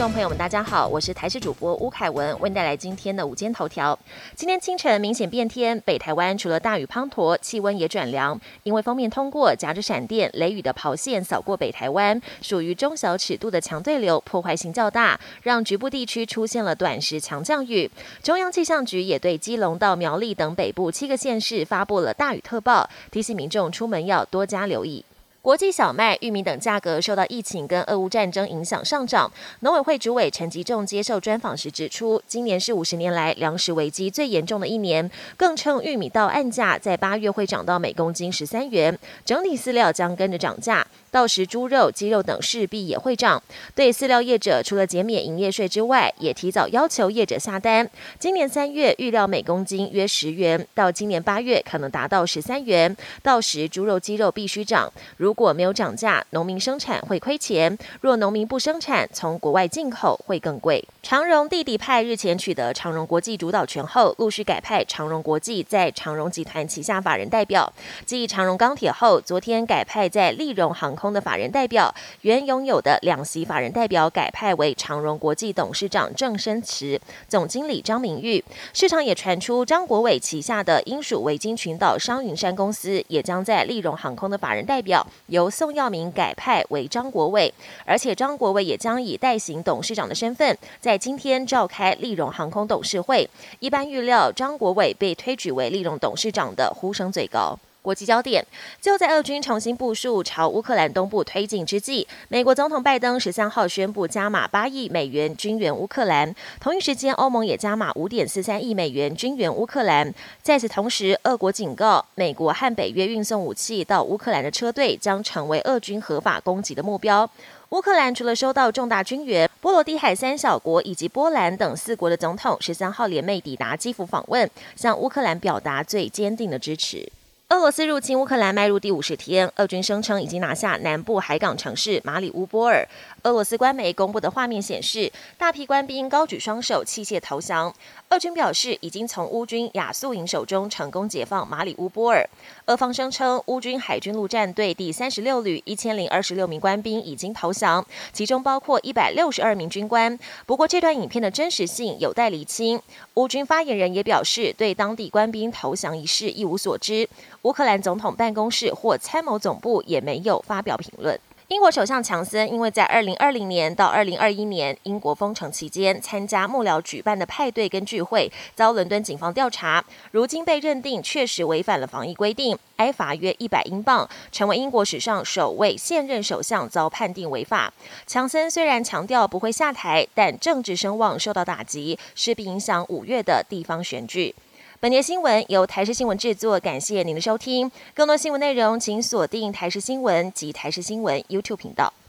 众朋友们，大家好，我是台视主播吴凯文，为您带来今天的午间头条。今天清晨明显变天，北台湾除了大雨滂沱，气温也转凉，因为锋面通过，夹着闪电、雷雨的刨线扫过北台湾，属于中小尺度的强对流，破坏性较大，让局部地区出现了短时强降雨。中央气象局也对基隆到苗栗等北部7个县市发布了大雨特报，提醒民众出门要多加留意。国际小麦、玉米等价格受到疫情跟俄乌战争影响上涨。农委会主委陈吉仲接受专访时指出，今年是50年来粮食危机最严重的一年，更称玉米到岸价在8月会涨到每公斤13元，整体饲料将跟着涨价。到时猪肉、鸡肉等势必也会涨。对饲料业者，除了减免营业税之外，也提早要求业者下单。今年3月预料每公斤约10元，到今年8月可能达到13元。到时猪肉、鸡肉必须涨，如果没有涨价，农民生产会亏钱；若农民不生产，从国外进口会更贵。长荣弟弟派日前取得长荣国际主导权后，陆续改派长荣国际在长荣集团旗下法人代表。继长荣钢铁后，昨天改派在立荣航空的法人代表，原拥有的2席法人代表改派为长荣国际董事长郑生慈、总经理张明玉。市场也传出张国伟旗下的英属维京群岛商云山公司也将在立荣航空的法人代表由宋耀明改派为张国伟，而且张国伟也将以代行董事长的身份，在今天召开立荣航空董事会。一般预料，张国伟被推举为立荣董事长的呼声最高。国际焦点，就在俄军重新部署朝乌克兰东部推进之际，美国总统拜登13号宣布加码8亿美元军援乌克兰。同一时间，欧盟也加码5.43亿美元军援乌克兰。在此同时，俄国警告，美国和北约运送武器到乌克兰的车队将成为俄军合法攻击的目标。乌克兰除了收到重大军援，波罗的海3小国以及波兰等4国的总统13号联袂抵达基辅访问，向乌克兰表达最坚定的支持。俄罗斯入侵乌克兰迈入第50天，俄军声称已经拿下南部海港城市马里乌波尔。俄罗斯官媒公布的画面显示，大批官兵高举双手器械投降。俄军表示，已经从乌军亚速营手中成功解放马里乌波尔。俄方声称，乌军海军陆战队第36旅1026名官兵已经投降，其中包括162名军官。不过，这段影片的真实性有待厘清。乌军发言人也表示，对当地官兵投降一事一无所知。乌克兰总统办公室或参谋总部也没有发表评论。英国首相强森因为在2020年到2021年英国封城期间参加幕僚举办的派对跟聚会，遭伦敦警方调查，如今被认定确实违反了防疫规定，挨罚约100英镑，成为英国史上首位现任首相遭判定违法。强森虽然强调不会下台，但政治声望受到打击，势必影响5月的地方选举。本节新闻由台视新闻制作，感谢您的收听。更多新闻内容，请锁定台视新闻及台视新闻 YouTube 频道。